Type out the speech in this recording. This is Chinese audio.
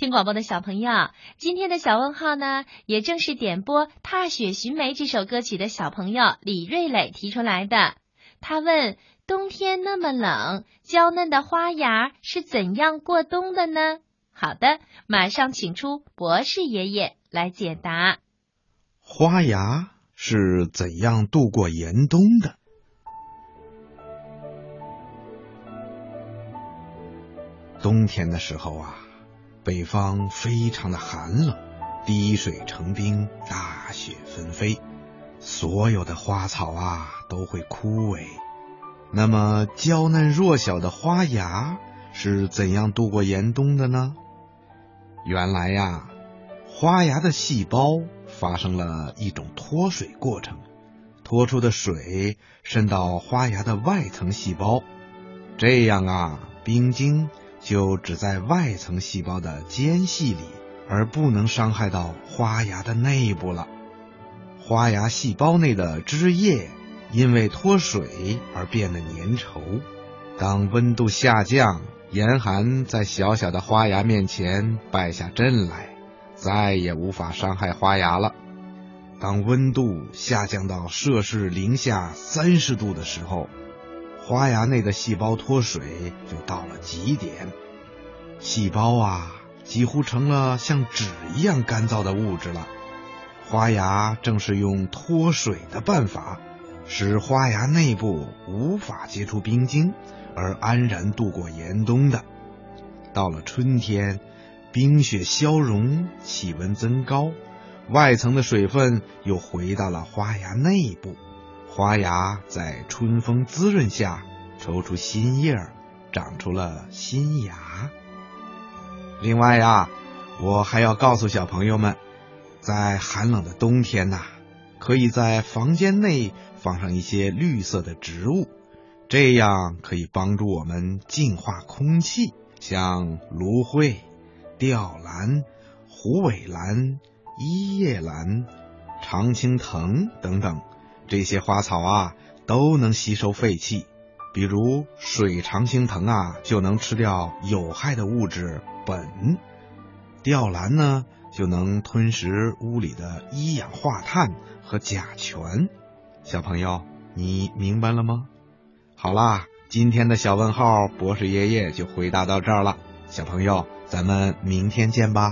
听广播的小朋友，今天的小问号呢，也正是点播《踏雪寻梅》这首歌曲的小朋友李瑞磊提出来的。他问：冬天那么冷，娇嫩的花芽是怎样过冬的呢？好的，马上请出博士爷爷来解答。 花芽是怎样度过严冬的？冬天的时候啊，北方非常的寒冷，滴水成冰，大雪纷飞，所有的花草啊都会枯萎。那么娇嫩弱小的花芽是怎样度过严冬的呢？原来呀，花芽的细胞发生了一种脱水过程，脱出的水渗到花芽的外层细胞，这样啊，冰晶就只在外层细胞的间隙里，而不能伤害到花芽的内部了。花芽细胞内的枝叶因为脱水而变得粘稠，当温度下降，严寒在小小的花芽面前败下阵来，再也无法伤害花芽了。当温度下降到摄氏零下30度的时候，花芽内的细胞脱水就到了极点，细胞啊几乎成了像纸一样干燥的物质了。花芽正是用脱水的办法，使花芽内部无法结出冰晶，而安然度过严冬的。到了春天，冰雪消融，气温增高，外层的水分又回到了花芽内部，花芽在春风滋润下抽出新叶儿，长出了新芽。另外呀，我还要告诉小朋友们，在寒冷的冬天呐，可以在房间内放上一些绿色的植物，这样可以帮助我们净化空气，像芦荟、吊兰、虎尾兰、一叶兰、常青藤等等，这些花草啊都能吸收废气。比如水常青藤啊就能吃掉有害的物质苯，吊兰呢就能吞食屋里的一氧化碳和甲醛。小朋友，你明白了吗？好啦，今天的小问号博士爷爷就回答到这儿了。小朋友，咱们明天见吧。